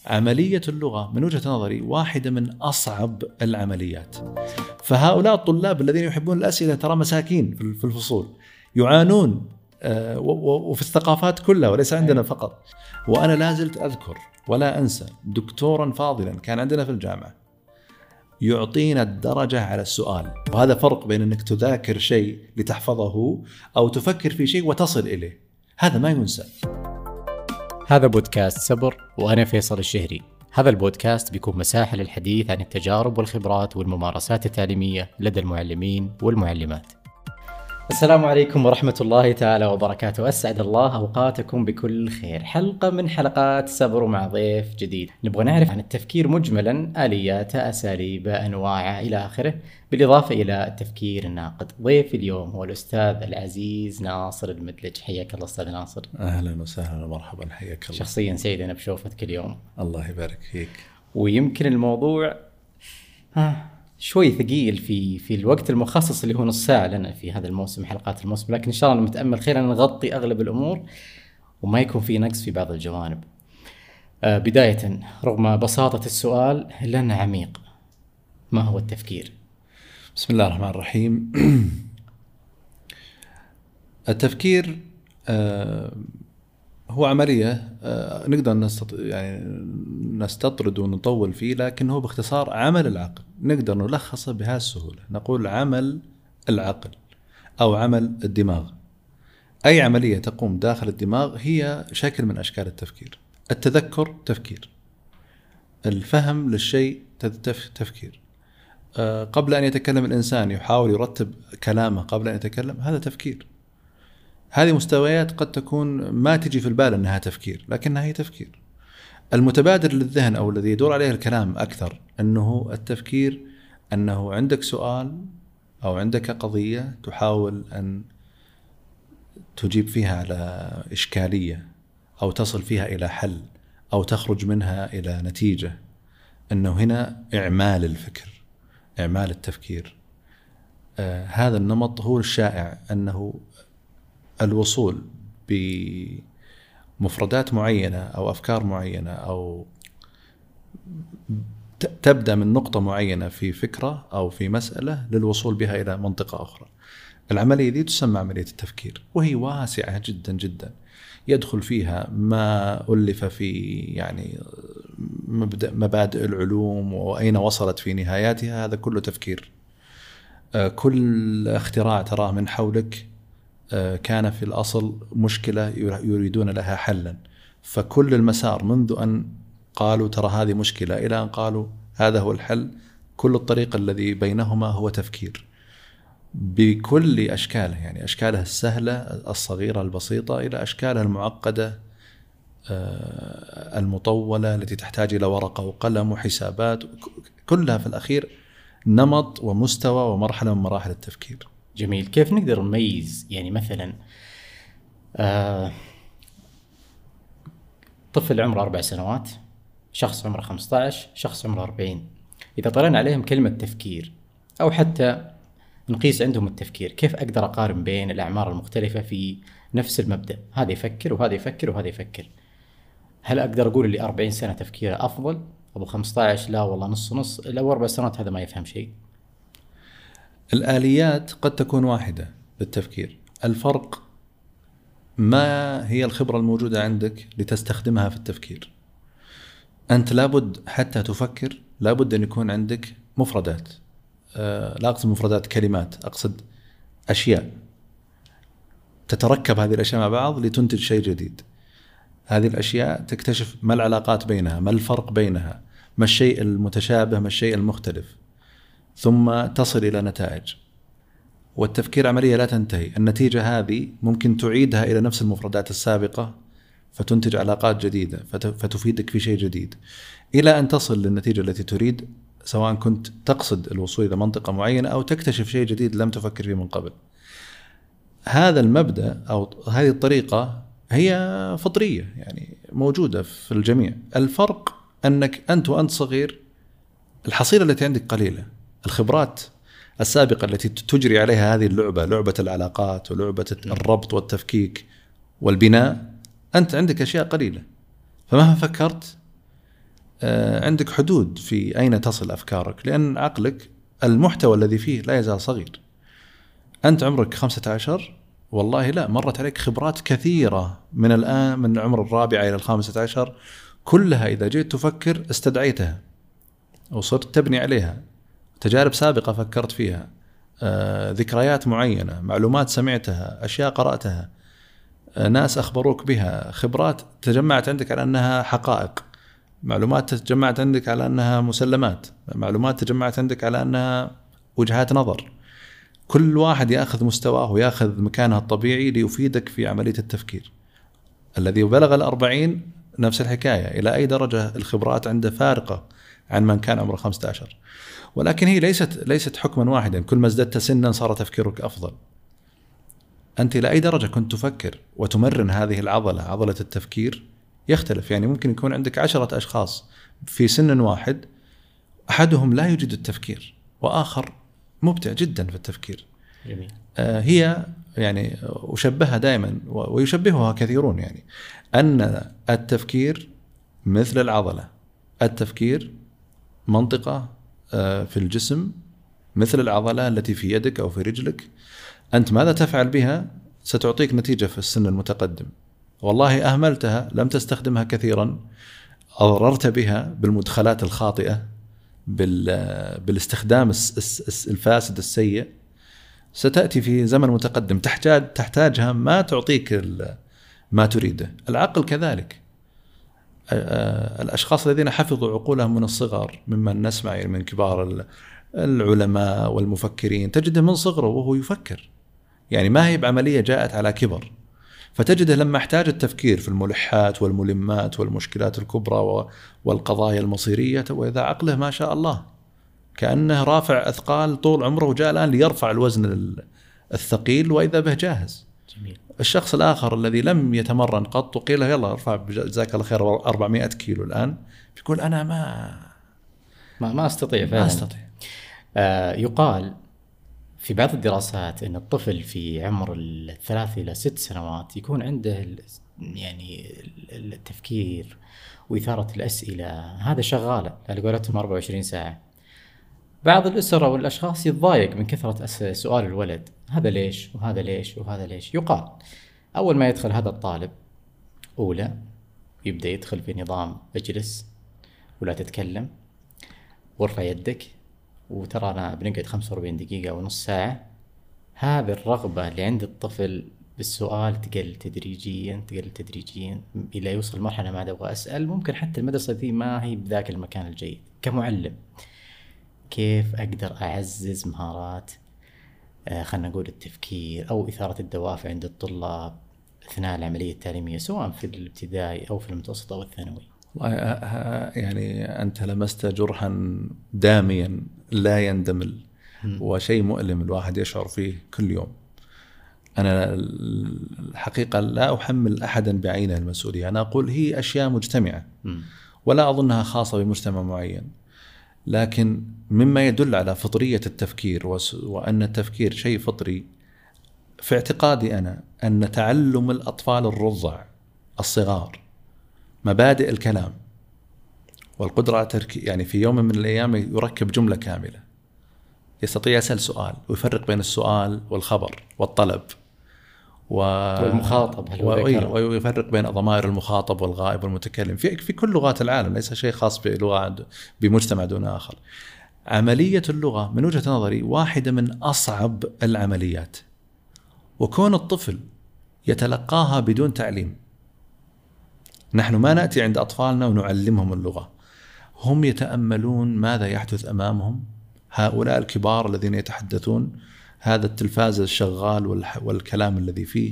عملية اللغة من وجهة نظري واحدة من أصعب العمليات. فهؤلاء الطلاب الذين يحبون الأسئلة ترى مساكين في الفصول، يعانون وفي الثقافات كلها وليس عندنا فقط. وأنا لازلت أذكر ولا أنسى دكتورا فاضلا كان عندنا في الجامعة يعطينا الدرجة على السؤال. وهذا فرق بين أنك تذاكر شيء لتحفظه أو تفكر في شيء وتصل إليه، هذا ما ينسى. هذا بودكاست صبر وأنا فيصل الشهري. هذا البودكاست بيكون مساحة للحديث عن التجارب والخبرات والممارسات التعليمية لدى المعلمين والمعلمات. السلام عليكم ورحمة الله تعالى وبركاته. أسعد الله أوقاتكم بكل خير. حلقة من حلقات صبر مع ضيف جديد. نبغى نعرف عن التفكير مجملا، آلياته، أساليبه، أنواعه إلى آخره، بالإضافة إلى التفكير الناقد. ضيف اليوم هو الأستاذ العزيز ناصر المدلج. حياك الله أستاذ ناصر. أهلا وسهلا ومرحبا، حياك الله. شخصيا سعيد أنا بشوفتك اليوم. الله يبارك فيك. ويمكن الموضوع شوي ثقيل في الوقت المخصص اللي هو نص ساعة لنا في هذا الموسم، حلقات الموسم، لكن إن شاء الله نتأمل خير أن نغطي أغلب الأمور وما يكون في نقص في بعض الجوانب. بداية، رغم بساطة السؤال إلا أنه عميق، ما هو التفكير؟ بسم الله الرحمن الرحيم. التفكير هو عملية نقدر نستطرد ونطول فيه، لكن هو باختصار عمل العقل. نقدر نلخصه بهذه السهولة، نقول عمل العقل أو عمل الدماغ. أي عملية تقوم داخل الدماغ هي شكل من أشكال التفكير. التذكر تفكير، الفهم للشيء تفكير، قبل أن يتكلم الإنسان يحاول يرتب كلامه قبل أن يتكلم، هذا تفكير. هذه مستويات قد تكون ما تجي في البال أنها تفكير، لكنها هي تفكير. المتبادر للذهن أو الذي يدور عليه الكلام أكثر أنه التفكير أنه عندك سؤال أو عندك قضية تحاول أن تجيب فيها على إشكالية أو تصل فيها إلى حل أو تخرج منها إلى نتيجة. أنه هنا إعمال الفكر، إعمال التفكير. هذا النمط هو الشائع، أنه الوصول بمفردات معينة أو أفكار معينة أو تبدأ من نقطة معينة في فكرة أو في مسألة للوصول بها إلى منطقة أخرى. العملية دي تسمى عملية التفكير، وهي واسعة جدا جدا. يدخل فيها ما ألف في مبادئ العلوم وأين وصلت في نهاياتها، هذا كله تفكير. كل اختراع تراه من حولك كان في الأصل مشكلة يريدون لها حلا، فكل المسار منذ أن قالوا ترى هذه مشكلة إلى أن قالوا هذا هو الحل، كل الطريق الذي بينهما هو تفكير بكل أشكاله، يعني أشكالها السهلة الصغيرة البسيطة إلى أشكالها المعقدة المطولة التي تحتاج إلى ورقة وقلم وحسابات. كلها في الأخير نمط ومستوى ومرحلة من مراحل التفكير. جميل. كيف نقدر نميز يعني مثلا طفل عمره 4 سنوات، شخص عمره 15، شخص عمره 40، إذا طلعنا عليهم كلمة تفكير أو حتى نقيس عندهم التفكير، كيف أقدر أقارن بين الأعمار المختلفة في نفس المبدأ؟ هذا يفكر وهذا يفكر وهذا يفكر. هل أقدر أقول اللي 40 سنة تفكيره أفضل، أبو 15 لا والله نص نص، لو 4 سنوات هذا ما يفهم شيء؟ الآليات قد تكون واحدة بالتفكير، الفرق ما هي الخبرة الموجودة عندك لتستخدمها في التفكير. أنت لابد حتى تفكر لابد أن يكون عندك مفردات، لا أقصد مفردات كلمات، أقصد أشياء تتركب هذه الأشياء مع بعض لتنتج شيء جديد. هذه الأشياء تكتشف ما العلاقات بينها، ما الفرق بينها، ما الشيء المتشابه، ما الشيء المختلف، ثم تصل إلى نتائج. والتفكير عملية لا تنتهي، النتيجة هذه ممكن تعيدها إلى نفس المفردات السابقة فتنتج علاقات جديدة فتفيدك في شيء جديد إلى أن تصل للنتيجة التي تريد، سواء كنت تقصد الوصول إلى منطقة معينة أو تكتشف شيء جديد لم تفكر فيه من قبل. هذا المبدأ أو هذه الطريقة هي فطرية، يعني موجودة في الجميع. الفرق أنك أنت وأنت صغير الحصيلة التي عندك قليلة، الخبرات السابقة التي تجري عليها هذه اللعبة، لعبة العلاقات ولعبة الربط والتفكيك والبناء، أنت عندك أشياء قليلة، فمهما فكرت عندك حدود في أين تصل أفكارك، لأن عقلك المحتوى الذي فيه لا يزال صغير. أنت عمرك 15، والله لا، مرت عليك خبرات كثيرة من الآن، من عمر 4 إلى 15، كلها إذا جيت تفكر استدعيتها وصرت تبني عليها، تجارب سابقة فكرت فيها، ذكريات معينة، معلومات سمعتها، أشياء قرأتها، ناس أخبروك بها، خبرات تجمعت عندك على أنها حقائق، معلومات تجمعت عندك على أنها مسلمات، معلومات تجمعت عندك على أنها وجهات نظر. كل واحد يأخذ مستواه ويأخذ مكانه الطبيعي ليفيدك في عملية التفكير. الذي بلغ 40 نفس الحكاية، إلى أي درجة الخبرات عنده فارقة عن من كان عمره 15. ولكن هي ليست حكما واحدا، كل ما ازددت سنا صار تفكيرك أفضل. أنت إلى أي درجة كنت تفكر وتمرن هذه العضلة، عضلة التفكير، يختلف. يعني ممكن يكون عندك 10 أشخاص في سن واحد، أحدهم لا يجيد التفكير وآخر مبدع جدا في التفكير. جميل. هي يعني أشبهها دائما ويشبهها كثيرون، يعني أن التفكير مثل العضلة. التفكير منطقة في الجسم مثل العضلة التي في يدك أو في رجلك، أنت ماذا تفعل بها ستعطيك نتيجة في السن المتقدم. والله أهملتها، لم تستخدمها كثيرا، أضررت بها بالمدخلات الخاطئة، بالاستخدام الفاسد السيء، ستأتي في زمن متقدم تحتاجها ما تعطيك ما تريده. العقل كذلك. الأشخاص الذين حفظوا عقولهم من الصغر، ممن نسمع من كبار العلماء والمفكرين، تجده من صغره وهو يفكر، يعني ما هي بعملية جاءت على كبر. فتجده لما احتاج التفكير في الملحات والملمات والمشكلات الكبرى والقضايا المصيرية، وإذا عقله ما شاء الله كأنه رافع أثقال طول عمره، وجاء الآن ليرفع الوزن الثقيل وإذا به جاهز. جميل. الشخص الآخر الذي لم يتمرن قط وقيل يلا ارفع جزاك الله خير 400 كيلو الآن، يقول أنا ما أستطيع فعلا. ما أستطيع. يقال في بعض الدراسات أن الطفل في عمر 3 إلى 6 سنوات يكون عنده يعني التفكير وإثارة الأسئلة هذا شغالة على قولتهم 24 ساعة. بعض الأسر والأشخاص يتضايق من كثرة سؤال الولد، هذا ليش وهذا ليش وهذا ليش. يقال أول ما يدخل هذا الطالب أولى يبدأ يدخل في نظام اجلس ولا تتكلم وارفع يدك، وترى أنا بنقعد 45 دقيقة أو نص ساعة. هذه الرغبة اللي عند الطفل بالسؤال تقل تدريجيا إلى يوصل مرحلة ما أبغى أسأل. ممكن حتى المدرسة ذي ما هي بذاك المكان الجيد. كمعلم كيف أقدر أعزز مهارات خلنا نقول التفكير أو إثارة الدوافع عند الطلاب أثناء العملية التعليمية، سواء في الابتدائي أو في المتوسط أو الثانوي؟ يعني أنت لمست جرحا داميا لا يندمل، وشيء مؤلم الواحد يشعر فيه كل يوم. أنا الحقيقة لا أحمل أحدا بعينه المسؤولية، أنا أقول هي أشياء مجتمعة ولا أظنها خاصة بمجتمع معين، لكن مما يدل على فطرية التفكير وأن التفكير شيء فطري. في اعتقادي أنا أن تعلم الأطفال الرضع الصغار مبادئ الكلام والقدرة يعني في يوم من الأيام يركب جملة كاملة، يستطيع يسأل سؤال ويفرق بين السؤال والخبر والطلب والمخاطب، ويفرق بين ضمائر المخاطب والغائب والمتكلم في كل لغات العالم، ليس شيء خاص بلغة بمجتمع دون آخر. عملية اللغة من وجهة نظري واحدة من أصعب العمليات، وكون الطفل يتلقاها بدون تعليم. نحن ما نأتي عند أطفالنا ونعلمهم اللغة، هم يتأملون ماذا يحدث أمامهم، هؤلاء الكبار الذين يتحدثون، هذا التلفاز الشغال والكلام الذي فيه.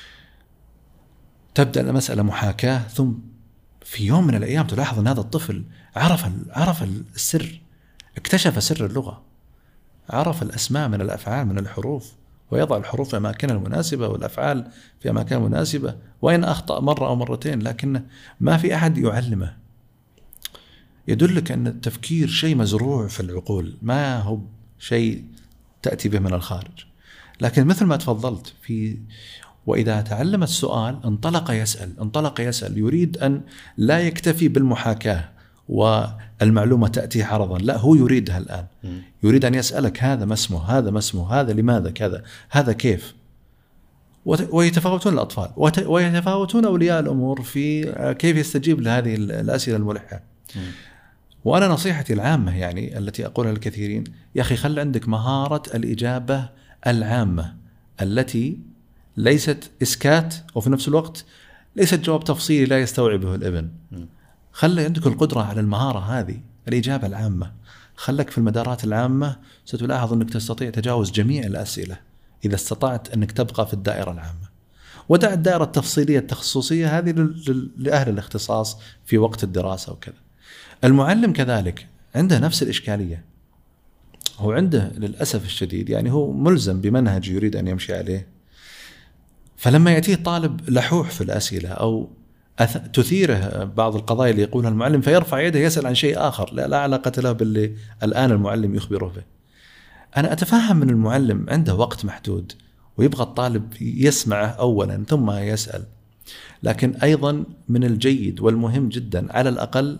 تبدأ المسألة محاكاة، ثم في يوم من الأيام تلاحظ أن هذا الطفل عرف السر، اكتشف سر اللغة، عرف الأسماء من الأفعال من الحروف، ويضع الحروف في أماكنها المناسبة والأفعال في أماكنها المناسبة، وإن أخطأ مرة أو مرتين لكن ما في أحد يعلمه. يدلك أن التفكير شيء مزروع في العقول، ما هو شيء تأتي به من الخارج. لكن مثل ما تفضلت وإذا تعلم السؤال انطلق يسأل، يريد أن لا يكتفي بالمحاكاة والمعلومة تأتي عرضا، لا، هو يريدها الآن. يريد أن يسألك هذا ما اسمه، هذا ما اسمه، هذا لماذا كذا، هذا كيف. ويتفاوتون الأطفال ويتفاوتون أولياء الأمور في كيف يستجيب لهذه الأسئلة الملحة. وأنا نصيحتي العامة يعني التي أقولها للكثيرين، يا أخي خل عندك مهارة الإجابة العامة التي ليست إسكات وفي نفس الوقت ليست جواب تفصيلي لا يستوعبه الابن. خلي عندك القدرة على المهارة هذه، الإجابة العامة. خلك في المدارات العامة ستلاحظ أنك تستطيع تجاوز جميع الأسئلة إذا استطعت أنك تبقى في الدائرة العامة. ودع الدائرة التفصيلية التخصصية هذه لأهل الاختصاص في وقت الدراسة وكذا. المعلم كذلك عنده نفس الإشكالية. هو عنده للأسف الشديد يعني هو ملزم بمنهج يريد أن يمشي عليه، فلما يأتيه طالب لحوح في الأسئلة أو تثيره بعض القضايا اللي يقولها المعلم فيرفع يده يسأل عن شيء آخر لا علاقة له باللي الآن المعلم يخبره به. أنا أتفهم من المعلم عنده وقت محدود ويبغى الطالب يسمعه أولا ثم يسأل، لكن أيضا من الجيد والمهم جدا على الأقل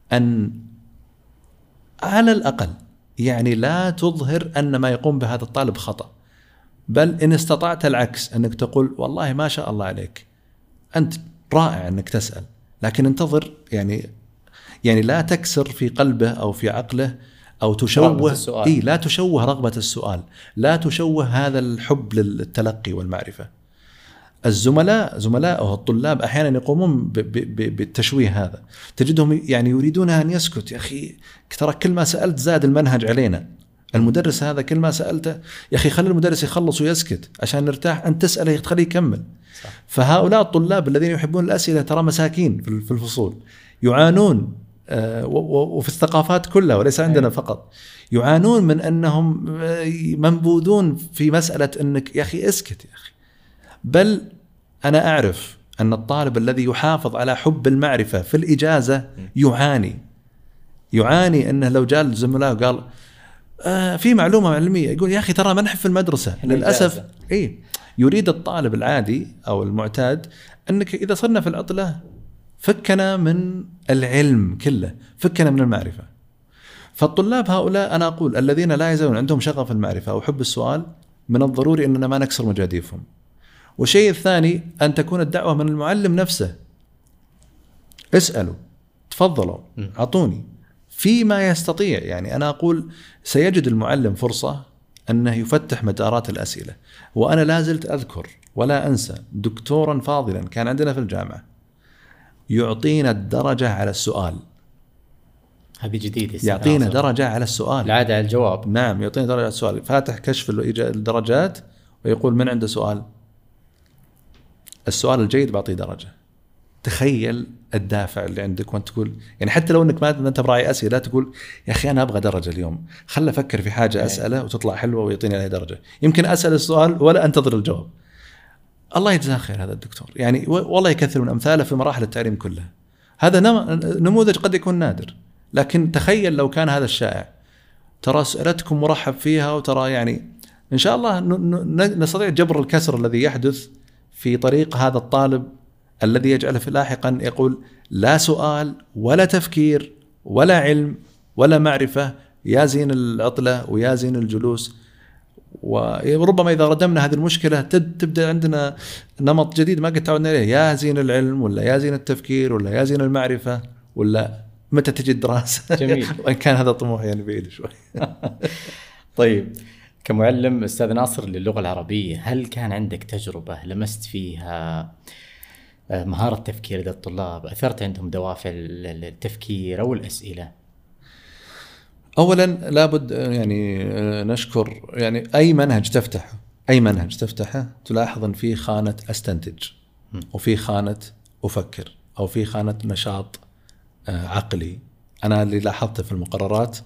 يعني لا تظهر أن ما يقوم بهذا الطالب خطأ، بل إن استطعت العكس أنك تقول والله ما شاء الله عليك أنت رائع أنك تسأل، لكن انتظر يعني لا تكسر في قلبه أو في عقله أو تشوه لا تشوه رغبة السؤال، لا تشوه هذا الحب للتلقي والمعرفة. زملائه الطلاب أحيانا يقومون بالتشويه هذا، تجدهم يعني يريدون أن يسكت. يا أخي ترى كل ما سألت زاد المنهج علينا، المدرس هذا كل ما سألته يا أخي خلي المدرس يخلص ويسكت عشان نرتاح، أنت تسأله تخليه يكمل. صح. فهؤلاء الطلاب الذين يحبون الأسئلة ترى مساكين في الفصول، يعانون وفي الثقافات كلها وليس عندنا فقط، يعانون من أنهم منبوذون في مسألة أنك يا أخي اسكت يا أخي. بل أنا أعرف أن الطالب الذي يحافظ على حب المعرفة في الإجازة يعاني أنه لو جاء الزملاء وقال في معلومة علمية يقول يا أخي ترى ما نحب في المدرسة للأسف. يريد الطالب العادي أو المعتاد أنك إذا صرنا في العطلة فكنا من العلم كله، فكنا من المعرفة. فالطلاب هؤلاء أنا أقول الذين لا يزالون عندهم شغف المعرفة أو حب السؤال من الضروري أننا ما نكسر مجاديفهم. والشيء الثاني أن تكون الدعوة من المعلم نفسه، اسألوا تفضلوا أعطوني فيما يستطيع. يعني أنا أقول سيجد المعلم فرصة أنه يفتح مدارات الأسئلة. وأنا لازلت أذكر ولا أنسى دكتورا فاضلا كان عندنا في الجامعة يعطينا الدرجة على السؤال. هذه جديدة، يعطينا درجة على السؤال، العادة على الجواب. نعم يعطينا درجة على السؤال، فاتح كشف الدرجات ويقول من عنده سؤال، السؤال الجيد بعطيه درجة. تخيل الدافع اللي عندك وانت تقول يعني حتى لو انك ما انت براعي اسئله تقول يا اخي انا ابغى درجه اليوم، خل افكر في حاجه اساله وتطلع حلوه ويعطيني عليها درجه. يمكن اسال السؤال ولا انتظر الجواب. الله يجزاه خير هذا الدكتور، يعني والله يكثر من امثاله في مراحل التعليم كلها. هذا نموذج قد يكون نادر، لكن تخيل لو كان هذا الشائع. ترى اسئلتكم مرحب فيها، وترى يعني ان شاء الله نستطيع جبر الكسر الذي يحدث في طريق هذا الطالب الذي يجعله في لاحقا يقول لا سؤال ولا تفكير ولا علم ولا معرفة، يا زين العطلة ويا زين الجلوس. وربما إذا ردمنا هذه المشكلة تبدأ عندنا نمط جديد ما قد تعودنا عليه، يا زين العلم ولا يا زين التفكير ولا يا زين المعرفة ولا متى تجي الدراسة. جميل. وإن كان هذا طموح يعني بعيد شوي. طيب كمعلم أستاذ ناصر للغة العربية، هل كان عندك تجربة لمست فيها مهارة تفكير لدى الطلاب، أثرت عندهم دوافع التفكير أو الأسئلة؟ أولا لابد يعني نشكر يعني أي منهج تفتحه تلاحظ أن فيه خانة أستنتج وفي خانة أفكر أو في خانة نشاط عقلي. أنا اللي لاحظته في المقررات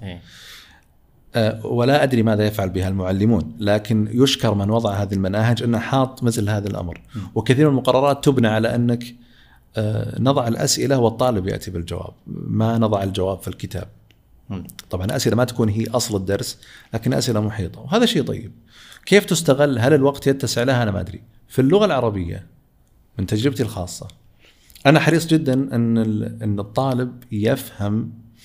ولا أدري ماذا يفعل بها المعلمون، لكن يشكر من وضع هذه المناهج أنه حاط مثل هذا الأمر. وكثير من المقررات تبنى على أنك نضع الأسئلة والطالب يأتي بالجواب، ما نضع الجواب في الكتاب. طبعا أسئلة ما تكون هي أصل الدرس، لكن أسئلة محيطة، وهذا شيء طيب. كيف تستغل؟ هل الوقت يتسع لها؟ أنا ما أدري. في اللغة العربية من تجربتي الخاصة أنا حريص جدا أن الطالب يفهم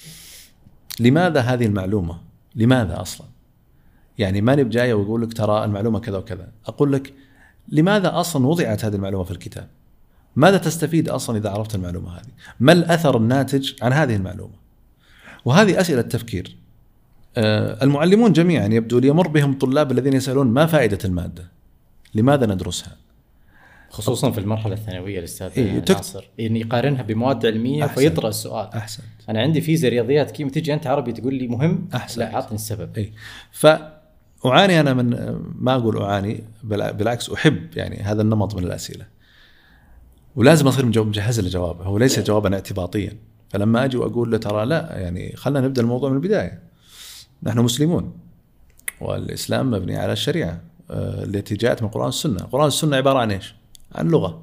لماذا هذه المعلومة؟ لماذا أصلا؟ يعني ماني بجاية وأقول لك ترى المعلومة كذا وكذا، أقول لك لماذا أصلا وضعت هذه المعلومة في الكتاب؟ ماذا تستفيد أصلا إذا عرفت المعلومة هذه؟ ما الأثر الناتج عن هذه المعلومة؟ وهذه أسئلة تفكير. المعلمون جميعا يبدو لي يمر بهم الطلاب الذين يسألون ما فائدة المادة؟ لماذا ندرسها؟ خصوصا في المرحلة الثانوية الأستاذ ناصر، يعني يقارنها بمواد علمية فيطرأ السؤال. أحسن. أنا عندي فيزياء رياضيات كيمياء، تجي أنت عربي تقول لي مهم، لا عطني السبب. فأعاني أنا من، ما أقول أعاني، بالعكس أحب يعني هذا النمط من الأسئلة، ولازم أصير مجهز لجوابه، هو ليس جوابا اعتباطيا. فلما أجي وأقول له ترى لا، يعني خلنا نبدأ الموضوع من البداية، نحن مسلمون والإسلام مبني على الشريعة التي جاءت من القرآن والسنة. القرآن والسنة عبارة عن إيش؟ عن لغة.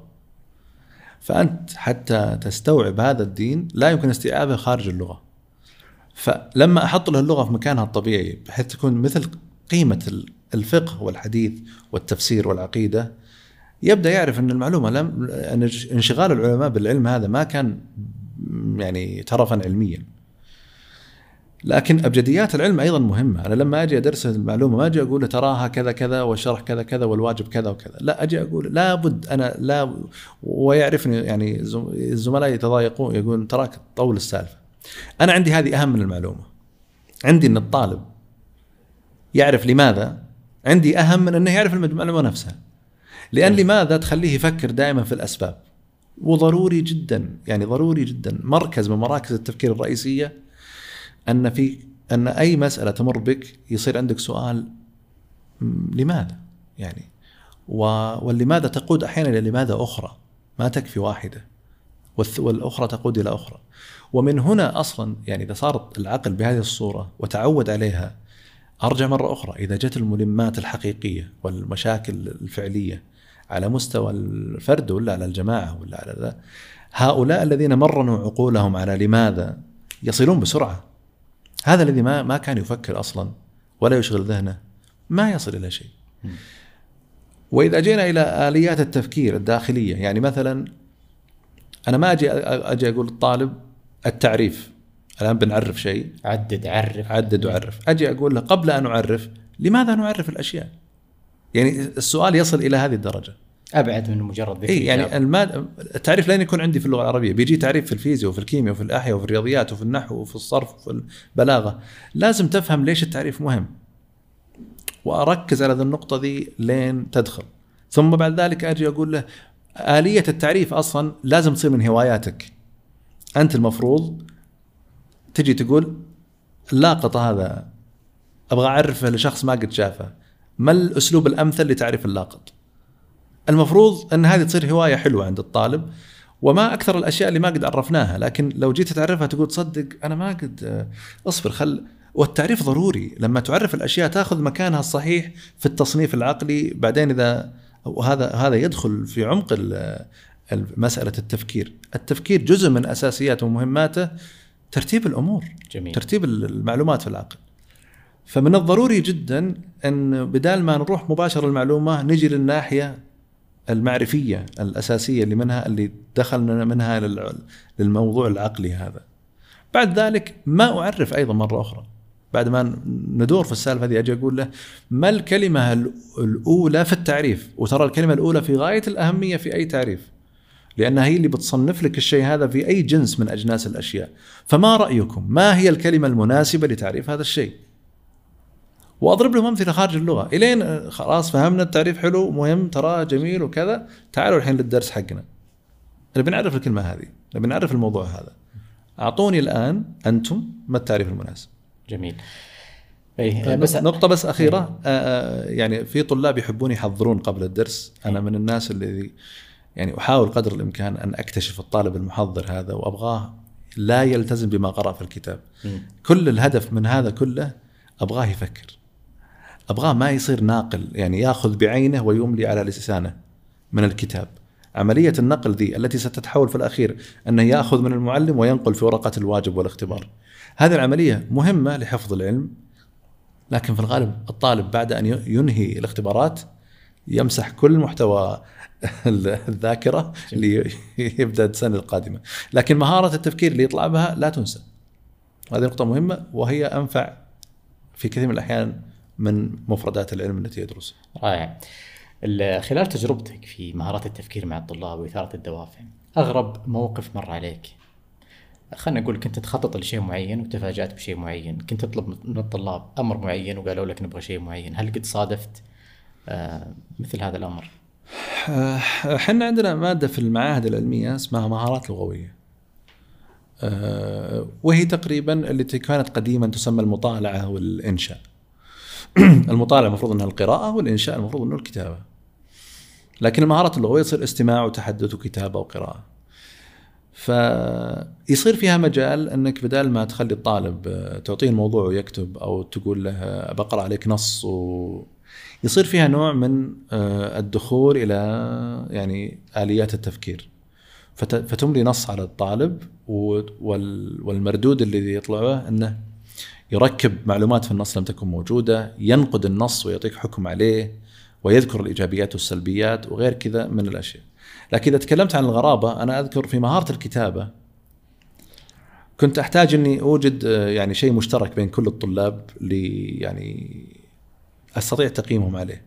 فأنت حتى تستوعب هذا الدين لا يمكن استيعابه خارج اللغة. فلما أحط له اللغة في مكانها الطبيعي بحيث تكون مثل قيمة الفقه والحديث والتفسير والعقيدة، يبدأ يعرف أن المعلومة أن انشغال العلماء بالعلم هذا ما كان يعني ترفا علميا، لكن أبجديات العلم أيضا مهمة. أنا لما أجي أدرس المعلومة ما أجي أقول تراها كذا كذا والشرح كذا كذا والواجب كذا وكذا، لا، أجي أقول لابد أنا لا، ويعرفني يعني الزملاء يتضايقون يقولون تراك طول السالفة. أنا عندي هذه أهم من المعلومة، عندي أن الطالب يعرف لماذا، عندي أهم من أنه يعرف المعلومة نفسها، لأن لماذا تخليه يفكر دائما في الأسباب. وضروري جدا، يعني ضروري جدا، مركز من مراكز التفكير الرئيسية أن أي مسألة تمر بك يصير عندك سؤال لماذا، يعني واللماذا تقود أحيانا إلى لماذا أخرى، ما تكفي واحدة، والأخرى تقود إلى أخرى. ومن هنا أصلا يعني إذا صارت العقل بهذه الصورة وتعود عليها، أرجع مرة أخرى، إذا جت الملمات الحقيقية والمشاكل الفعلية على مستوى الفرد ولا على الجماعة ولا على ذا، هؤلاء الذين مرنوا عقولهم على لماذا يصلون بسرعة. هذا الذي ما كان يفكر أصلا ولا يشغل ذهنه ما يصل إلى شيء. وإذا جينا إلى آليات التفكير الداخلية، يعني مثلا أنا ما أجي أقول للطالب التعريف، الآن بنعرف شيء، عدد وعرف، أجي أقول له قبل أن أعرف لماذا نعرف الأشياء. يعني السؤال يصل إلى هذه الدرجة، أبعد من مجرد ذكر. يعني التعريف لين يكون عندي في اللغة العربية، بيجي تعريف في الفيزياء وفي الكيمياء وفي الأحياء وفي الرياضيات وفي النحو وفي الصرف وفي البلاغة، لازم تفهم ليش التعريف مهم، وأركز على ذا النقطة ذي لين تدخل. ثم بعد ذلك أجي أقول له آلية التعريف أصلا لازم تصير من هواياتك. أنت المفروض تجي تقول اللاقط هذا أبغى أعرفه لشخص ما قد شافه، ما الأسلوب الأمثل لتعريف اللاقط؟ المفروض أن هذه تصير هواية حلوة عند الطالب، وما أكثر الأشياء اللي ما قد عرفناها، لكن لو جيت تعرفها تقول تصدق أنا ما قد أصبر والتعريف ضروري. لما تعرف الأشياء تأخذ مكانها الصحيح في التصنيف العقلي بعدين، إذا هذا يدخل في عمق مسألة التفكير جزء من أساسيات ومهماته ترتيب الأمور. جميل. ترتيب المعلومات في العقل. فمن الضروري جدا أن بدال ما نروح مباشرة المعلومة نجي للناحية المعرفية الأساسية اللي دخلنا منها للموضوع العقلي هذا. بعد ذلك ما أعرف أيضا مرة أخرى، بعد ما ندور في السالفة هذه أجي أقول له ما الكلمة الأولى في التعريف. وترى الكلمة الأولى في غاية الأهمية في أي تعريف، لأنها هي اللي بتصنف لك الشيء هذا في أي جنس من أجناس الأشياء. فما رأيكم، ما هي الكلمة المناسبة لتعريف هذا الشيء؟ وأضرب لهم أمثلة خارج اللغة إلين خلاص فهمنا التعريف حلو مهم ترى جميل وكذا. تعالوا الحين للدرس حقنا، نبي نعرف الكلمة هذه، نبي نعرف الموضوع هذا. أعطوني الآن أنتم ما التعريف المناسب. جميل. بس نقطة بس أخيرة، يعني في طلاب يحبون يحضرون قبل الدرس. أنا من الناس اللي يعني أحاول قدر الإمكان أن أكتشف الطالب المحضر هذا وأبغاه لا يلتزم بما قرأ في الكتاب. كل الهدف من هذا كله أبغاه يفكر، أبغاه ما يصير ناقل، يعني يأخذ بعينه ويملي على لسانه من الكتاب. عملية النقل ذي التي ستتحول في الأخير أنه يأخذ من المعلم وينقل في ورقة الواجب والاختبار. هذه العملية مهمة لحفظ العلم، لكن في الغالب الطالب بعد أن ينهي الاختبارات يمسح كل محتوى الذاكرة اللي يبدأ السنة القادمة، لكن مهارة التفكير اللي يطلع بها لا تنسى. هذه نقطة مهمة وهي أنفع في كثير من الأحيان من مفردات العلم التي يدرسها. رائع. خلال تجربتك في مهارات التفكير مع الطلاب وإثارة الدوافع، أغرب موقف مر عليك؟ خلنا نقول كنت تخطط لشيء معين وتفاجأت بشيء معين، كنت تطلب من الطلاب أمر معين وقالوا لك نبغى شيء معين، هل قد صادفت مثل هذا الأمر؟ حنا عندنا مادة في المعاهد العلمية اسمها مهارات لغوية، وهي تقريبا التي كانت قديما تسمى المطالعة والإنشاء. المطالعة المفروض أنها القراءة، والإنشاء المفروض أنه الكتابة. لكن المهارات اللغوية يصير استماع وتحدث وكتابة وقراءة، فيصير فيها مجال أنك بدل ما تخلي الطالب تعطيه الموضوع ويكتب أو تقول له بقرأ عليك نص، يصير فيها نوع من الدخول إلى يعني آليات التفكير، فتملي نص على الطالب، والمردود اللي يطلعه أنه يركب معلومات في النص لم تكن موجودة، ينقد النص ويعطيك حكم عليه، ويذكر الإيجابيات والسلبيات وغير كذا من الأشياء. لكن إذا تكلمت عن الغرابة، أنا أذكر في مهارة الكتابة كنت أحتاج أني أوجد يعني شيء مشترك بين كل الطلاب يعني أستطيع تقييمهم عليه.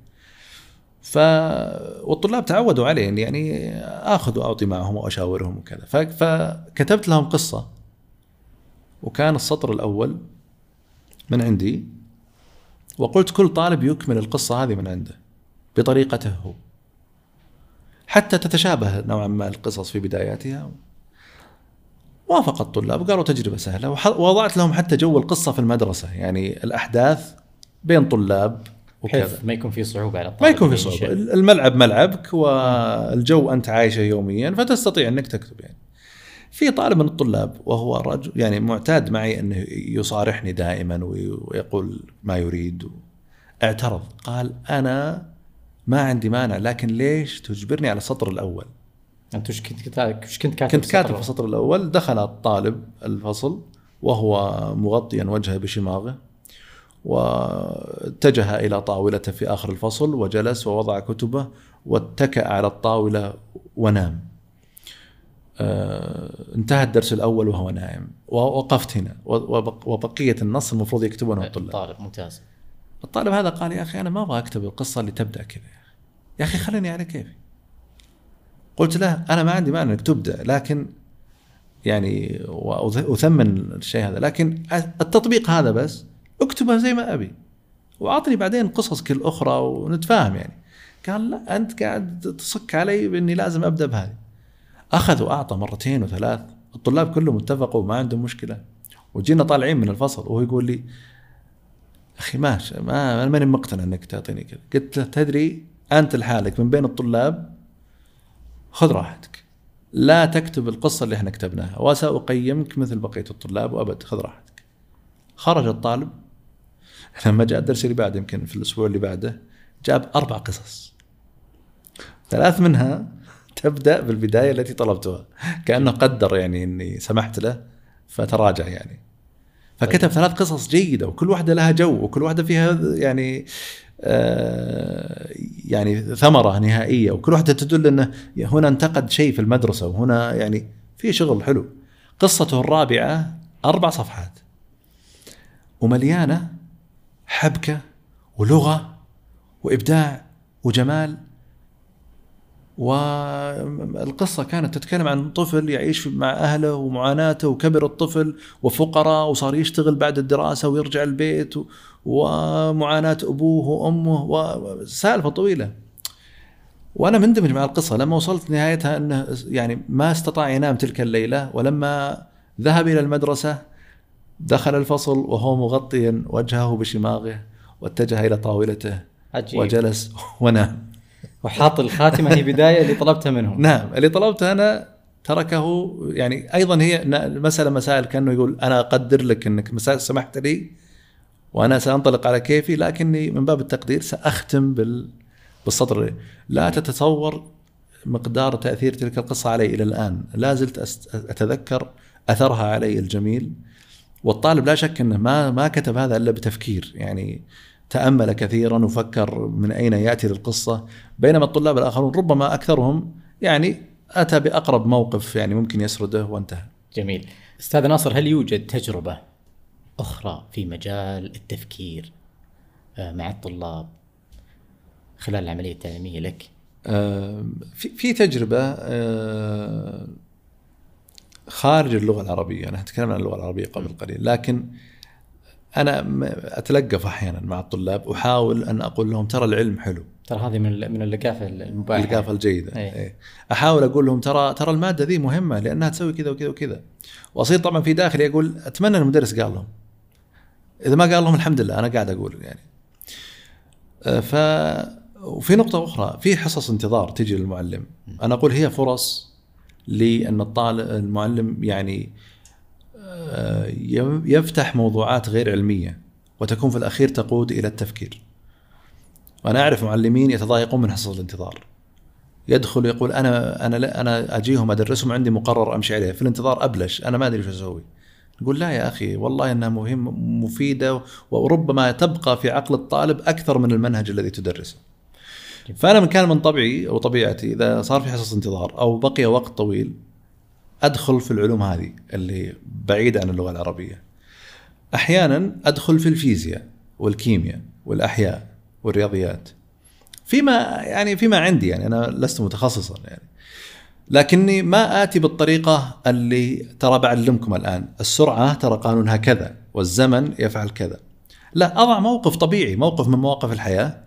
والطلاب تعودوا عليه يعني آخذ وأعطي معهم وأشاورهم وكذا. فكتبت لهم قصة، وكان السطر الأول من عندي، وقلت كل طالب يكمل القصة هذه من عنده بطريقته هو، حتى تتشابه نوعا ما القصص في بداياتها. وافق الطلاب، قالوا تجربة سهلة، ووضعت لهم حتى جو القصة في المدرسة، يعني الأحداث بين طلاب وكذا، ما يكون في صعوبة على الطالب، ما يكون في صعوبة. الملعب ملعبك والجو أنت عايشه يوميا، فتستطيع أنك تكتب. يعني في طالب من الطلاب وهو رجل يعني معتاد معي أنه يصارحني دائما ويقول ما يريد، اعترض، قال أنا ما عندي مانع، لكن ليش تجبرني على السطر الأول؟ أنت وش كنت كاتب في السطر الأول. دخل الطالب الفصل وهو مغطيا وجهه بشماغه، واتجه إلى طاولته في آخر الفصل وجلس ووضع كتبه واتكأ على الطاولة ونام. انتهى الدرس الأول وهو نائم، ووقفت هنا، وبقية النص المفروض يكتبونه الطلاب. الطالب ممتاز. الطالب هذا قال يا أخي أنا ما أبغى أكتب القصة اللي تبدأ كذا، يا أخي خليني على كيفي. قلت له أنا ما عندي مانع أنك تبدأ، لكن يعني وأثمن الشيء هذا، لكن التطبيق هذا بس اكتبها زي ما أبي، وأعطني بعدين قصصك الأخرى ونتفاهم. يعني قال لا، أنت قاعد تصك علي بأني لازم أبدأ بهذه. أخذ وأعطى مرتين وثلاث، الطلاب كلهم اتفقوا ما عندهم مشكلة، وجينا طالعين من الفصل وهو يقول لي أخي ماشي، ما ماني مقتنع أنك تعطيني كذا. قلت له تدري أنت لحالك من بين الطلاب، خذ راحتك، لا تكتب القصة اللي احنا كتبناها، وسأقيمك مثل بقية الطلاب، وأبد خذ راحتك. خرج الطالب، لما جاء الدرس اللي بعده يمكن في الأسبوع اللي بعده جاب 4 قصص، 3 منها تبدأ بالبداية التي طلبتها، كأنه قدر يعني أني سمحت له فتراجع يعني. فكتب 3 قصص جيدة، وكل واحدة لها جو، وكل واحدة فيها يعني ثمرة نهائية، وكل واحدة تدل أنه هنا انتقد شيء في المدرسة، وهنا يعني في شغل حلو. قصته الرابعة 4 صفحات ومليانة حبكة ولغة وإبداع وجمال. والقصة كانت تتكلم عن طفل يعيش مع أهله ومعاناته، وكبر الطفل وفقراء وصار يشتغل بعد الدراسة ويرجع البيت، ومعاناة أبوه وأمه، وسالفة طويلة. وأنا مندمج مع القصة. لما وصلت نهايتها أنه يعني ما استطاع ينام تلك الليلة، ولما ذهب إلى المدرسة دخل الفصل وهو مغطيا وجهه بشماغه، واتجه إلى طاولته عجيب. وجلس ونام، وحاط الخاتمة هي بداية اللي طلبتها منهم. نعم، اللي طلبته أنا تركه. يعني أيضا هي مسائل كأنه يقول أنا أقدر لك أنك سمحت لي، وأنا سأنطلق على كيفي، لكني من باب التقدير سأختم بالسطر. لا تتصور مقدار تأثير تلك القصة علي إلى الآن، لا زلت أتذكر أثرها علي الجميل. والطالب لا شك أنه ما كتب هذا إلا بتفكير، يعني تأمل كثيرا وفكر من أين يأتي للقصة، بينما الطلاب الآخرون ربما أكثرهم يعني أتى بأقرب موقف يعني ممكن يسرده وانتهى. جميل. أستاذ ناصر، هل يوجد تجربة أخرى في مجال التفكير مع الطلاب خلال العملية التعليمية لك؟ في تجربة خارج اللغة العربية. أنا أتكلم عن اللغة العربية قبل قليل، لكن أنا أتلقف أحيانا مع الطلاب، أحاول أن أقول لهم ترى العلم حلو، ترى هذه من اللقافة المباحة، اللقافة الجيدة. أي. أحاول أقول لهم ترى المادة ذي مهمة لأنها تسوي كذا وكذا وكذا، وأصير طبعا في داخلي أقول أتمنى المدرس قال لهم، إذا ما قال لهم الحمد لله أنا قاعد أقول يعني. وفي نقطة أخرى، في حصص انتظار تجي للمعلم، أنا أقول هي فرص لأن المعلم يعني يفتح موضوعات غير علمية وتكون في الأخير تقود إلى التفكير. وأنا أعرف معلمين يتضايقون من حصص الانتظار، يدخل يقول أنا أجيهم أدرسهم عندي مقرر أمشي عليه، في الانتظار أبلش أنا ما أدري شو أسوي. نقول لا يا أخي والله أنها مفيدة، وربما تبقى في عقل الطالب أكثر من المنهج الذي تدرسه. فأنا كان من طبعي أو طبيعتي إذا صار في حصص انتظار أو بقي وقت طويل أدخل في العلوم هذه اللي بعيدة عن اللغة العربية. أحيانا أدخل في الفيزياء والكيمياء والأحياء والرياضيات فيما عندي، يعني أنا لست متخصصا يعني، لكني ما آتي بالطريقة اللي ترى بعلمكم الآن السرعة ترى قانونها كذا والزمن يفعل كذا. لا، أضع موقف طبيعي، موقف من مواقف الحياة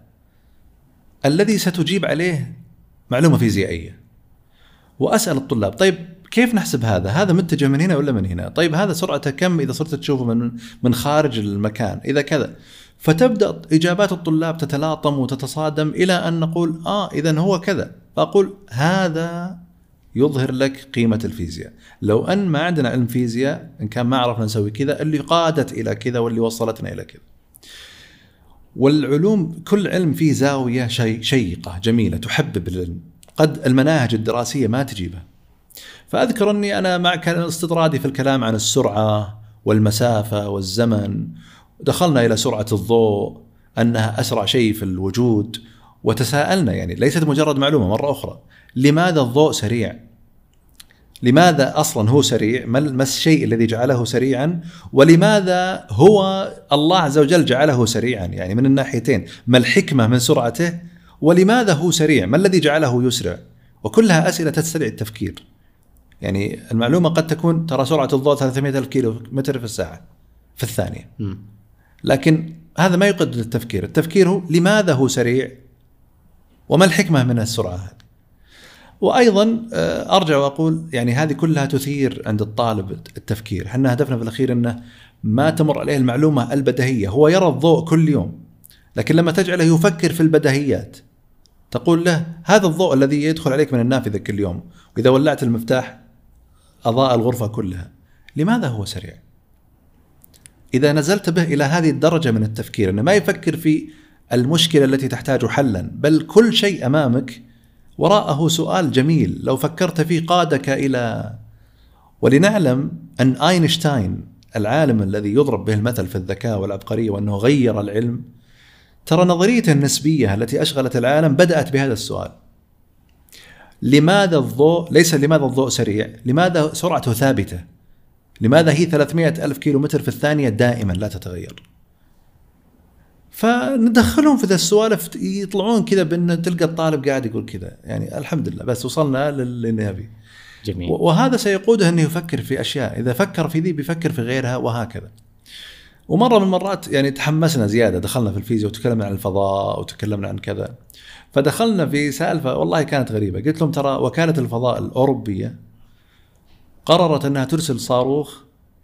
الذي ستجيب عليه معلومة فيزيائية، وأسأل الطلاب طيب كيف نحسب هذا متجه من هنا ولا من هنا؟ طيب هذا سرعته كم إذا صرت تشوفه من خارج المكان إذا كذا. فتبدأ إجابات الطلاب تتلاطم وتتصادم إلى أن نقول إذن هو كذا. فأقول هذا يظهر لك قيمة الفيزياء. لو أن ما عندنا علم فيزياء، إن كان ما عرفنا نسوي كذا، اللي قادت إلى كذا واللي وصلتنا إلى كذا. والعلوم كل علم فيه زاوية شيقة جميلة تحبب العلم، قد المناهج الدراسية ما تجيبها. فأذكر أني أنا مع استطرادي في الكلام عن السرعة والمسافة والزمن، دخلنا إلى سرعة الضوء أنها أسرع شيء في الوجود، وتساءلنا يعني ليست مجرد معلومة مرة أخرى، لماذا الضوء سريع؟ لماذا أصلا هو سريع؟ ما الشيء الذي جعله سريعا؟ ولماذا هو الله عز وجل جعله سريعا؟ يعني من الناحيتين، ما الحكمة من سرعته؟ ولماذا هو سريع؟ ما الذي جعله يسرع؟ وكلها أسئلة تستدعي التفكير. يعني المعلومة قد تكون ترى سرعة الضوء 300 كيلو متر في الساعة في الثانية، لكن هذا ما يقود للتفكير. التفكير هو لماذا هو سريع وما الحكمة من السرعة هذه. وأيضا أرجع وأقول يعني هذه كلها تثير عند الطالب التفكير. احنا هدفنا في الأخير أنه ما تمر عليه المعلومة البديهية، هو يرى الضوء كل يوم، لكن لما تجعله يفكر في البديهيات تقول له هذا الضوء الذي يدخل عليك من النافذة كل يوم، وإذا ولعت المفتاح أضاء الغرفة كلها، لماذا هو سريع؟ إذا نزلت به إلى هذه الدرجة من التفكير، أنه ما يفكر في المشكلة التي تحتاج حلا، بل كل شيء أمامك وراءه سؤال جميل لو فكرت فيه قادك إلى. ولنعلم أن أينشتاين العالم الذي يضرب به المثل في الذكاء والعبقرية وأنه غير العلم، ترى نظريته النسبية التي أشغلت العالم بدأت بهذا السؤال: لماذا الضوء، ليس لماذا الضوء سريع، لماذا سرعته ثابتة، لماذا هي 300 ألف كيلو متر في الثانية دائما لا تتغير. فندخلهم في ذا السوالف يطلعون كذا بأن تلقى الطالب قاعد يقول كذا، يعني الحمد لله بس وصلنا للنبي. جميل. وهذا سيقوده أنه يفكر في أشياء، إذا فكر في ذي بيفكر في غيرها وهكذا. ومرة من المرات يعني تحمسنا زيادة، دخلنا في الفيزياء وتكلمنا عن الفضاء وتكلمنا عن كذا، فدخلنا في سالفة والله كانت غريبة. قلت لهم ترى وكالة الفضاء الأوروبية قررت أنها ترسل صاروخ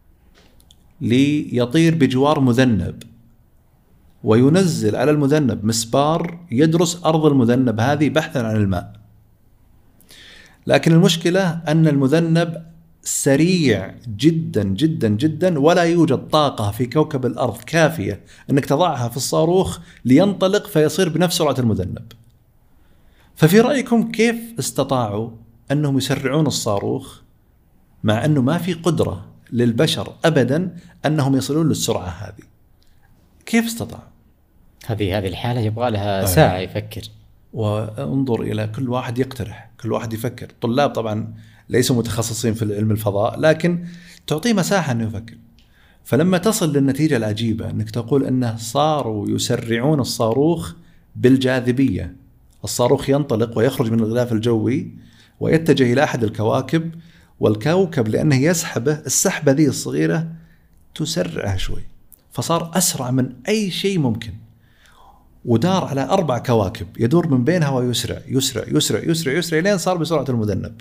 ليطير بجوار مذنب، وينزل على المذنب مسبار يدرس أرض المذنب هذه بحثا عن الماء. لكن المشكلة أن المذنب سريع جدا جدا جدا، ولا يوجد طاقة في كوكب الأرض كافية أنك تضعها في الصاروخ لينطلق فيصير بنفس سرعة المذنب. ففي رأيكم كيف استطاعوا أنهم يسرعون الصاروخ مع أنه ما في قدرة للبشر أبدا أنهم يصلون للسرعة هذه؟ كيف استطاعوا؟ هذه الحالة يبغى لها ساعة يفكر. وانظر إلى كل واحد يقترح، كل واحد يفكر. طلاب طبعا ليسوا متخصصين في علم الفضاء، لكن تعطيه مساحة أنه يفكر. فلما تصل للنتيجة العجيبة أنك تقول أنه صاروا يسرعون الصاروخ بالجاذبية، الصاروخ ينطلق ويخرج من الغلاف الجوي ويتجه إلى أحد الكواكب، والكوكب لأنه يسحبه السحبة ذي الصغيرة تسرعه شوي، فصار أسرع من أي شيء ممكن، ودار على 4 كواكب يدور من بينها ويسرع يسرع يسرع يسرع يسرع لين صار بسرعة المذنب،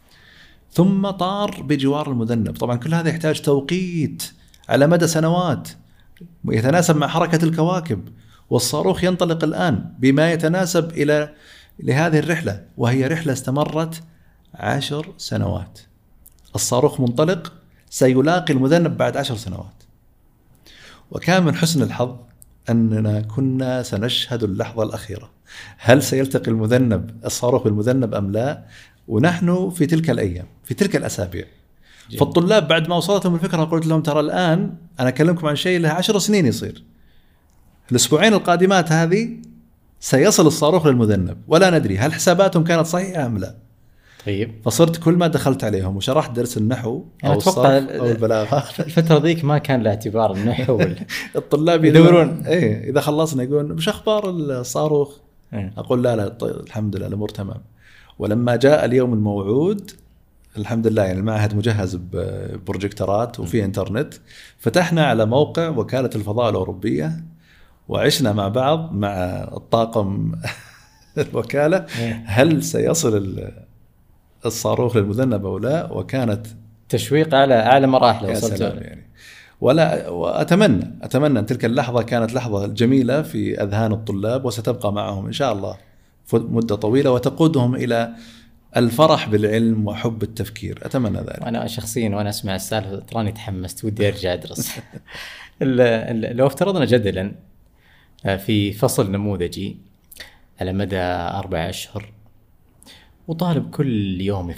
ثم طار بجوار المذنب. طبعا كل هذا يحتاج توقيت على مدى سنوات يتناسب مع حركة الكواكب، والصاروخ ينطلق الآن بما يتناسب لهذه الرحلة، وهي رحلة استمرت 10 سنوات. الصاروخ منطلق سيلاقي المذنب بعد 10 سنوات. وكان من حسن الحظ أننا كنا سنشهد اللحظة الأخيرة، هل سيلتقي الصاروخ بالمذنب أم لا؟ ونحن في تلك الأيام، في تلك الأسابيع. فالطلاب بعد ما وصلتهم الفكرة قلت لهم ترى الآن أنا أكلمكم عن شيء له 10 سنين يصير، الأسبوعين القادمات هذه سيصل الصاروخ للمذنب، ولا ندري هل حساباتهم كانت صحيحة أم لا. طيب. فصرت كل ما دخلت عليهم وشرحت درس النحو أو الصرف أو البلاغة، الفترة ذيك ما كان له اعتبار النحو الطلاب يدورون إذا خلصنا يقولون مش أخبار الصاروخ؟ أقول لا طيب الحمد لله الأمور تمام. ولما جاء اليوم الموعود الحمد لله يعني المعهد مجهز ببروجيكتورات وفي انترنت، فتحنا على موقع وكالة الفضاء الأوروبية وعشنا مع بعض مع الطاقم الوكالة هل سيصل الصاروخ للمذنب أو لا. وكانت تشويق على أعلى مراحل وصلت يعني. وأتمنى أن تلك اللحظة كانت لحظة جميلة في أذهان الطلاب وستبقى معهم إن شاء الله مدة طويلة وتقودهم إلى الفرح بالعلم وحب التفكير. أتمنى ذلك. أنا شخصيا وأنا أسمع السالفة تراني تحمست ودي أرجع أدرس. لو افترضنا جدلا في فصل نموذجي على مدى 4 أشهر، وطالب كل يوم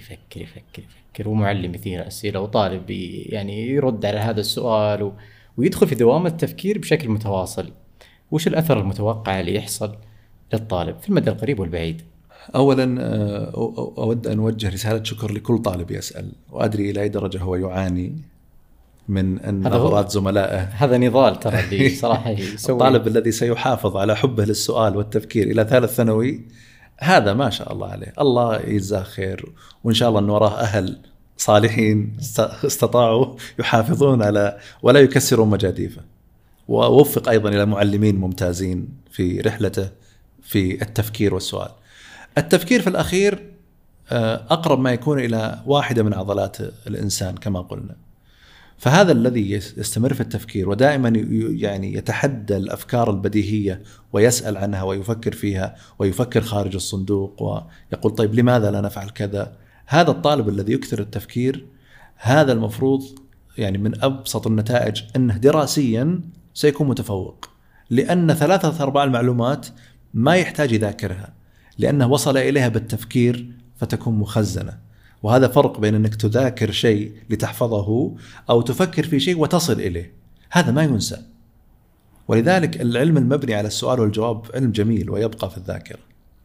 يفكر ومعلم يثير أسئلة، وطالب يعني يرد على هذا السؤال ويدخل في دوامة التفكير بشكل متواصل، وش الأثر المتوقع اللي يحصل للطالب في المدى القريب والبعيد؟ أولا أود أن أوجه رسالة شكر لكل طالب يسأل، وأدري إلى أي درجة هو يعاني من نظرات زملائه. هذا نضال ترى اللي صراحة يسوي. الطالب الذي سيحافظ على حبه للسؤال والتفكير إلى 3 ثانوي هذا ما شاء الله عليه، الله يجزاه خير، وإن شاء الله أن وراه أهل صالحين استطاعوا يحافظون على ولا يكسرون مجاديفه. ووفق أيضا إلى معلمين ممتازين في رحلته في التفكير والسؤال. التفكير في الأخير أقرب ما يكون إلى واحدة من عضلات الإنسان كما قلنا، فهذا الذي يستمر في التفكير ودائما يعني يتحدى الأفكار البديهية ويسأل عنها ويفكر فيها ويفكر خارج الصندوق ويقول طيب لماذا لا نفعل كذا، هذا الطالب الذي يكثر التفكير هذا المفروض يعني من أبسط النتائج أنه دراسيا سيكون متفوق، لأن 3/4 المعلومات ما يحتاج يذاكرها لأنه وصل إليها بالتفكير فتكون مخزنة. وهذا فرق بين أنك تذاكر شيء لتحفظه أو تفكر في شيء وتصل إليه، هذا ما ينسى. ولذلك العلم المبني على السؤال والجواب علم جميل ويبقى في الذاكرة.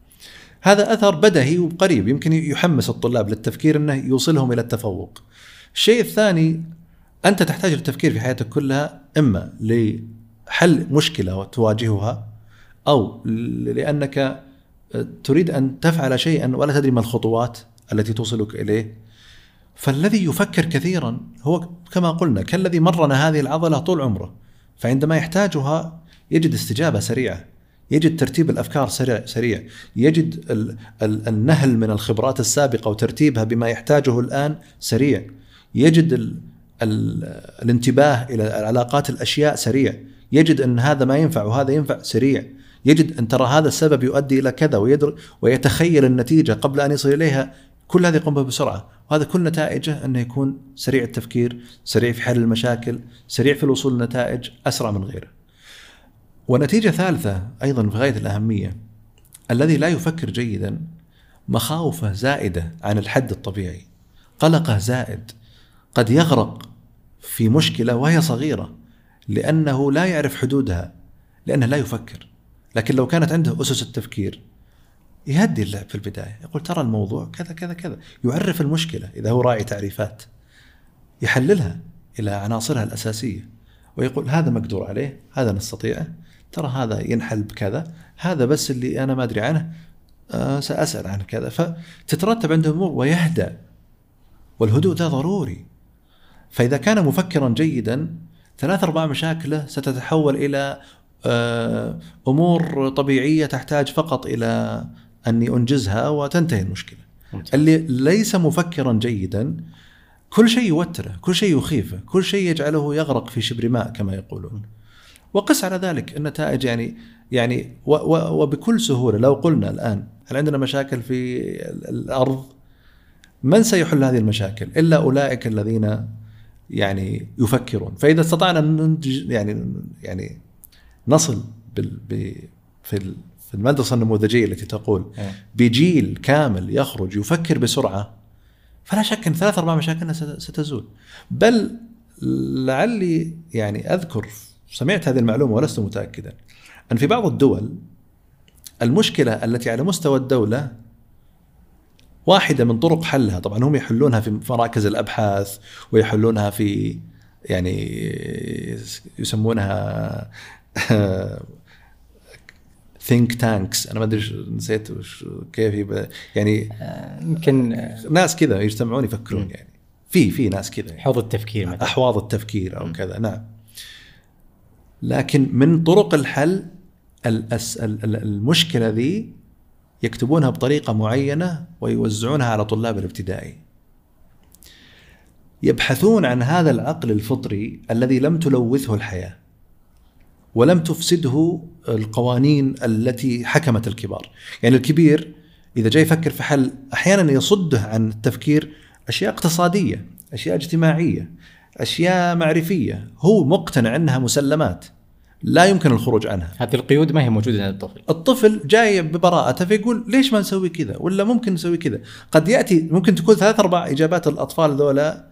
هذا أثر بدهي وقريب يمكن يحمس الطلاب للتفكير أنه يوصلهم إلى التفوق. الشيء الثاني، أنت تحتاج للتفكير في حياتك كلها، إما لحل مشكلة تواجهها أو لأنك تريد أن تفعل شيئا ولا تدري ما الخطوات التي توصلك إليه. فالذي يفكر كثيرا هو كما قلنا كالذي مرنا هذه العضلة طول عمره، فعندما يحتاجها يجد استجابة سريعة، يجد ترتيب الأفكار سريع، يجد النهل من الخبرات السابقة وترتيبها بما يحتاجه الآن سريع، يجد الانتباه إلى العلاقات الأشياء سريع، يجد أن هذا ما ينفع وهذا ينفع سريع، يجد أن ترى هذا السبب يؤدي إلى كذا ويتخيل النتيجة قبل أن يصل إليها. كل هذه يقوم بسرعة، وهذا كل نتائجه أنه يكون سريع التفكير، سريع في حل المشاكل، سريع في الوصول لنتائج أسرع من غيره. ونتيجة ثالثة أيضا في غاية الأهمية، الذي لا يفكر جيدا مخاوفه زائدة عن الحد الطبيعي، قلقه زائد، قد يغرق في مشكلة وهي صغيرة لأنه لا يعرف حدودها، لأنه لا يفكر. لكن لو كانت عنده أسس التفكير يهدي اللعب في البداية، يقول ترى الموضوع كذا كذا كذا، يعرف المشكلة إذا هو راعي تعريفات، يحللها، إلى عناصرها الأساسية ويقول هذا مقدور عليه، هذا نستطيعه، ترى هذا ينحل بكذا، هذا بس اللي أنا ما أدري عنه سأسأل عنه كذا. فتترتب عنده أمور ويهدأ، والهدوء ده ضروري. فإذا كان مفكرا جيدا 3/4 مشاكله ستتحول إلى أمور طبيعية تحتاج فقط إلى أني أنجزها وتنتهي المشكلة. اللي ليس مفكرا جيدا كل شيء يوتره، كل شيء يخيفه، كل شيء يجعله يغرق في شبر ماء كما يقولون. وقس على ذلك النتائج يعني وبكل سهولة. لو قلنا الآن هل عندنا مشاكل في الأرض، من سيحل هذه المشاكل إلا أولئك الذين يعني يفكرون. فإذا استطعنا أن ننتج يعني نصل في المدرسة النموذجية التي تقول بجيل كامل يخرج يفكر بسرعة، فلا شك أن 3/4 مشاكلنا ستزول. بل لعلي يعني أذكر سمعت هذه المعلومة ولست متأكدا أن في بعض الدول المشكلة التي على مستوى الدولة واحدة من طرق حلها، طبعا هم يحلونها في مراكز الأبحاث ويحلونها في يعني يسمونها think tanks، أنا ما أدري نسيت كيف يعني يمكن ناس كذا يجتمعون يفكرون يعني في ناس كذا حوض التفكير مثلا، أحواض التفكير أو كذا. نعم. لكن من طرق الحل المشكلة ذي يكتبونها بطريقة معينة ويوزعونها على طلاب الابتدائي، يبحثون عن هذا العقل الفطري الذي لم تلوثه الحياة ولم تفسده القوانين التي حكمت الكبار. يعني الكبير إذا جاي يفكر في حل أحيانا يصده عن التفكير أشياء اقتصادية، أشياء اجتماعية، أشياء معرفية، هو مقتنع أنها مسلمات لا يمكن الخروج عنها. هذه القيود ما هي موجودة عند الطفل جاي ببراءته فيقول ليش ما نسوي كذا ولا ممكن نسوي كذا. قد يأتي ممكن تكون 3/4 إجابات الأطفال ذولا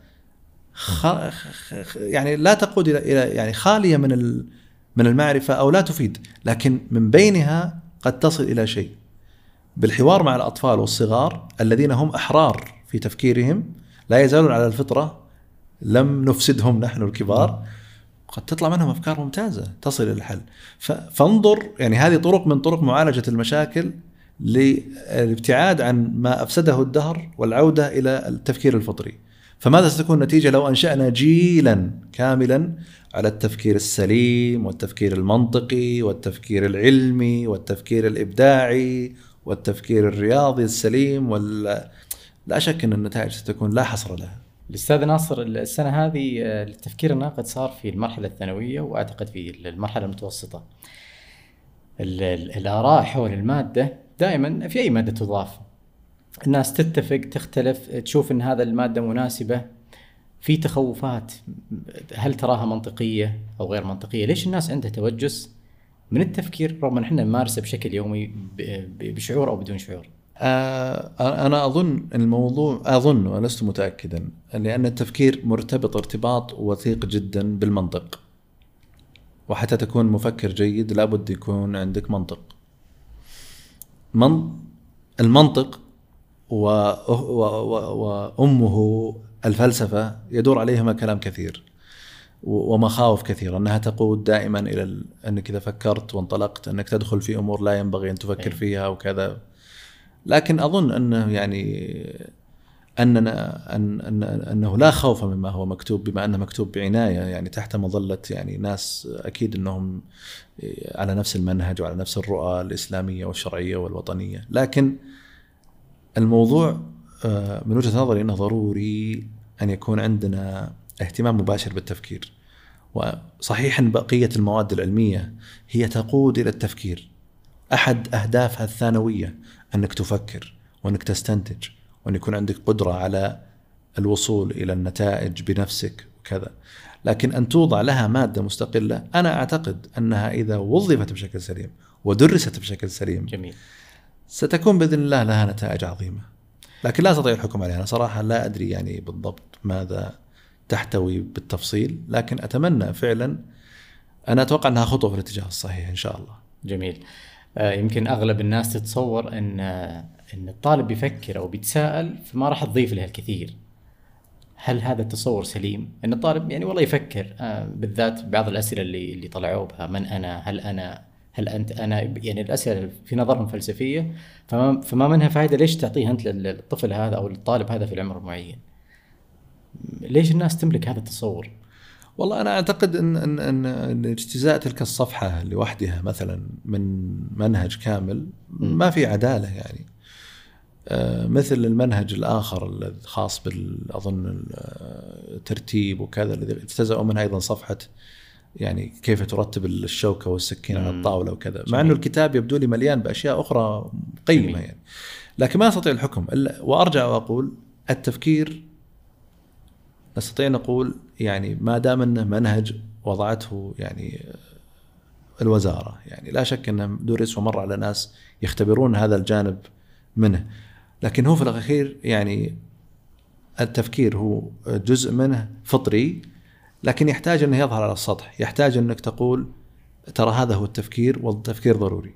يعني لا تقود إلى يعني خالية من المعرفة أو لا تفيد، لكن من بينها قد تصل إلى شيء. بالحوار مع الأطفال والصغار الذين هم أحرار في تفكيرهم لا يزالون على الفطرة، لم نفسدهم نحن الكبار، قد تطلع منهم أفكار ممتازة تصل إلى الحل. فانظر يعني هذه طرق من طرق معالجة المشاكل للابتعاد عن ما أفسده الدهر والعودة إلى التفكير الفطري. فماذا ستكون النتيجة لو أنشأنا جيلا كاملا على التفكير السليم والتفكير المنطقي والتفكير العلمي والتفكير الإبداعي والتفكير الرياضي السليم؟ لا شك أن النتائج ستكون لا حصر لها. الأستاذ ناصر، السنة هذه التفكير الناقد صار في المرحلة الثانوية وأعتقد في المرحلة المتوسطة. الآراء حول المادة دائما في أي مادة تضاف الناس تتفق تختلف، تشوف أن هذا المادة مناسبة، في تخوفات، هل تراها منطقية أو غير منطقية؟ ليش الناس عندها توجس من التفكير رغم أن احنا نمارسه بشكل يومي بشعور أو بدون شعور؟ أنا أظن الموضوع، ولست متأكدا، لأن التفكير مرتبط ارتباط وثيق جدا بالمنطق، وحتى تكون مفكر جيد لابد يكون عندك منطق. المنطق وأمه الفلسفة يدور عليهما كلام كثير ومخاوف كثيرة، أنها تقود دائما إلى أنك إذا فكرت وانطلقت أنك تدخل في أمور لا ينبغي أن تفكر فيها وكذا. لكن أظن أنه يعني أنه لا خوف مما هو مكتوب، بما أنه مكتوب بعناية يعني تحت مظلة يعني ناس أكيد أنهم على نفس المنهج وعلى نفس الرؤى الإسلامية والشرعية والوطنية. لكن الموضوع من وجهة نظري أنه ضروري أن يكون عندنا اهتمام مباشر بالتفكير. وصحيحا بقية المواد العلمية هي تقود إلى التفكير، أحد أهدافها الثانوية أنك تفكر وأنك تستنتج وأن يكون عندك قدرة على الوصول إلى النتائج بنفسك وكذا. لكن أن توضع لها مادة مستقلة، أنا أعتقد أنها إذا وظفت بشكل سليم ودرست بشكل سليم جميل ستكون بإذن الله لها نتائج عظيمة. لكن لا أستطيع الحكم عليها، أنا صراحة لا أدري يعني بالضبط ماذا تحتوي بالتفصيل، لكن أتمنى فعلا، أنا أتوقع أنها خطوة في الاتجاه الصحيح إن شاء الله. جميل. يمكن أغلب الناس تتصور أن الطالب بيفكر أو بيتساءل فما راح تضيف له الكثير. هل هذا التصور سليم؟ ان الطالب يعني والله يفكر بالذات بعض الاسئله اللي طلعوا بها، من انا، هل انت انا، يعني الاسئله في نظرهم فلسفيه، فما منها فائده. ليش تعطيها انت للطفل هذا او الطالب هذا في العمر المعين؟ ليش الناس تملك هذا التصور؟ والله أنا أعتقد أن اجتزاء تلك الصفحة لوحدها مثلا من منهج كامل ما في عدالة يعني. مثل المنهج الآخر الخاص أظن الترتيب وكذا الذي اجتزأوا منها أيضا صفحة يعني كيف ترتب الشوكة والسكين على الطاولة وكذا، مع أنه الكتاب يبدو لي مليان بأشياء أخرى قيمة يعني، لكن ما أستطيع الحكم. وأرجع وأقول التفكير نستطيع نقول يعني ما دام أنه منهج وضعته يعني الوزارة، يعني لا شك أنه درس ومر على ناس يختبرون هذا الجانب منه، لكن هو في الأخير يعني التفكير هو جزء منه فطري، لكن يحتاج أنه يظهر على السطح، يحتاج أنك تقول ترى هذا هو التفكير والتفكير ضروري.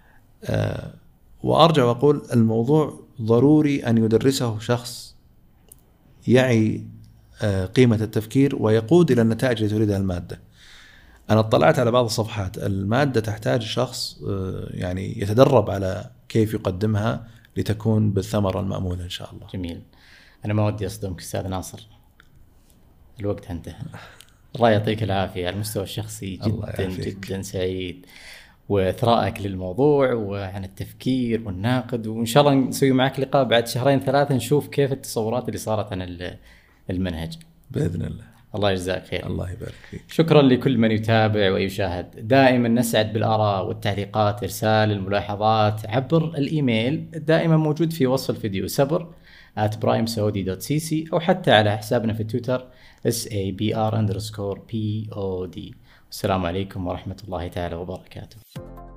وأرجع وأقول الموضوع ضروري أن يدرسه شخص يعي قيمة التفكير ويقود إلى النتائج التي تريدها المادة. أنا اطلعت على بعض الصفحات، المادة تحتاج شخص يعني يتدرب على كيف يقدمها لتكون بالثمرة المأمولة إن شاء الله. جميل. أنا ما ودي أصدمك أستاذ ناصر، الوقت انتهى. الله يعطيك العافية. على المستوى الشخصي جدا سعيد وإثراءك للموضوع وعن التفكير والناقد، وإن شاء الله نسوي معك لقاء بعد 2-3 نشوف كيف التصورات اللي صارت عن المنهج بإذن الله. الله يجزاك خير. الله يبارك فيك. شكرا لكل من يتابع ويشاهد. دائما نسعد بالآراء والتعليقات، إرسال الملاحظات عبر الإيميل دائما موجود في وصف الفيديو sabr@primesaudi.cc أو حتى على حسابنا في تويتر sabr_pod. والسلام عليكم ورحمة الله تعالى وبركاته.